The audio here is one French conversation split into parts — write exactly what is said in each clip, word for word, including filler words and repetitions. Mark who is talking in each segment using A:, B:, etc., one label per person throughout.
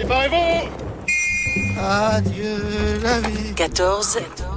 A: Préparez-vous.
B: Adieu la vie.
C: quatorze.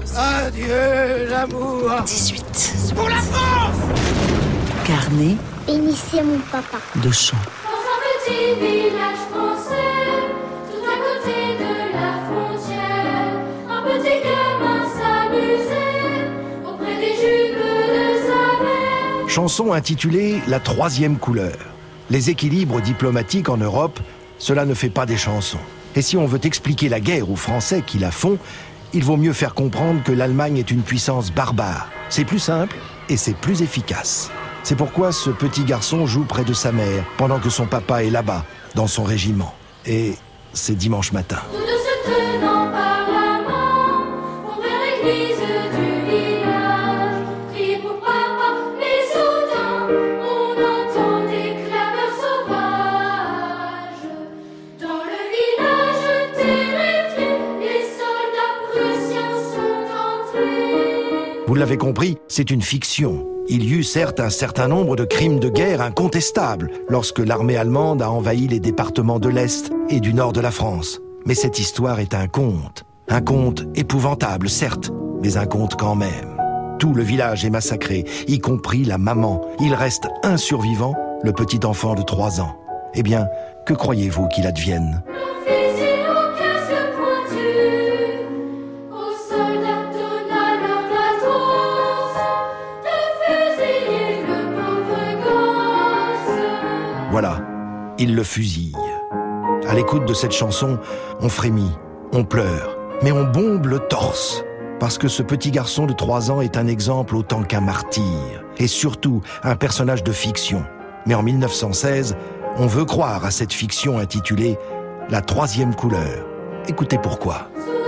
B: Adieu l'amour.
C: dix-huit.
B: Pour la France.
C: Carnet
D: Bénissez mon papa.
C: de chant.
E: Dans un petit village français, tout à côté de la frontière, un petit gamin s'amusait auprès des jupes de sa mère.
F: Chanson intitulée « La troisième couleur ». Les équilibres diplomatiques en Europe, cela ne fait pas des chansons. Et si on veut expliquer la guerre aux Français qui la font, il vaut mieux faire comprendre que l'Allemagne est une puissance barbare. C'est plus simple et c'est plus efficace. C'est pourquoi ce petit garçon joue près de sa mère, pendant que son papa est là-bas, dans son régiment. Et c'est dimanche matin.
E: Tous deux se tenant par la main, vont vers l'église du village, prier pour papa, mais soudain, on entend des clameurs sauvages. Dans le village terrifié, les soldats prussiens sont entrés.
F: Vous l'avez compris, c'est une fiction. Il y eut certes un certain nombre de crimes de guerre incontestables lorsque l'armée allemande a envahi les départements de l'Est et du Nord de la France. Mais cette histoire est un conte. Un conte épouvantable, certes, mais un conte quand même. Tout le village est massacré, y compris la maman. Il reste un survivant, le petit enfant de trois ans. Eh bien, que croyez-vous qu'il advienne ?
E: Le fusil au casque pointu, aux soldats donna l'ordre à tous de fusiller le pauvre gosse.
F: Voilà, il le fusille. À l'écoute de cette chanson, on frémit, on pleure, mais on bombe le torse. Parce que ce petit garçon de trois ans est un exemple autant qu'un martyr. Et surtout, un personnage de fiction. Mais en mille neuf cent seize, on veut croire à cette fiction intitulée « La troisième couleur ». Écoutez pourquoi.
E: Sous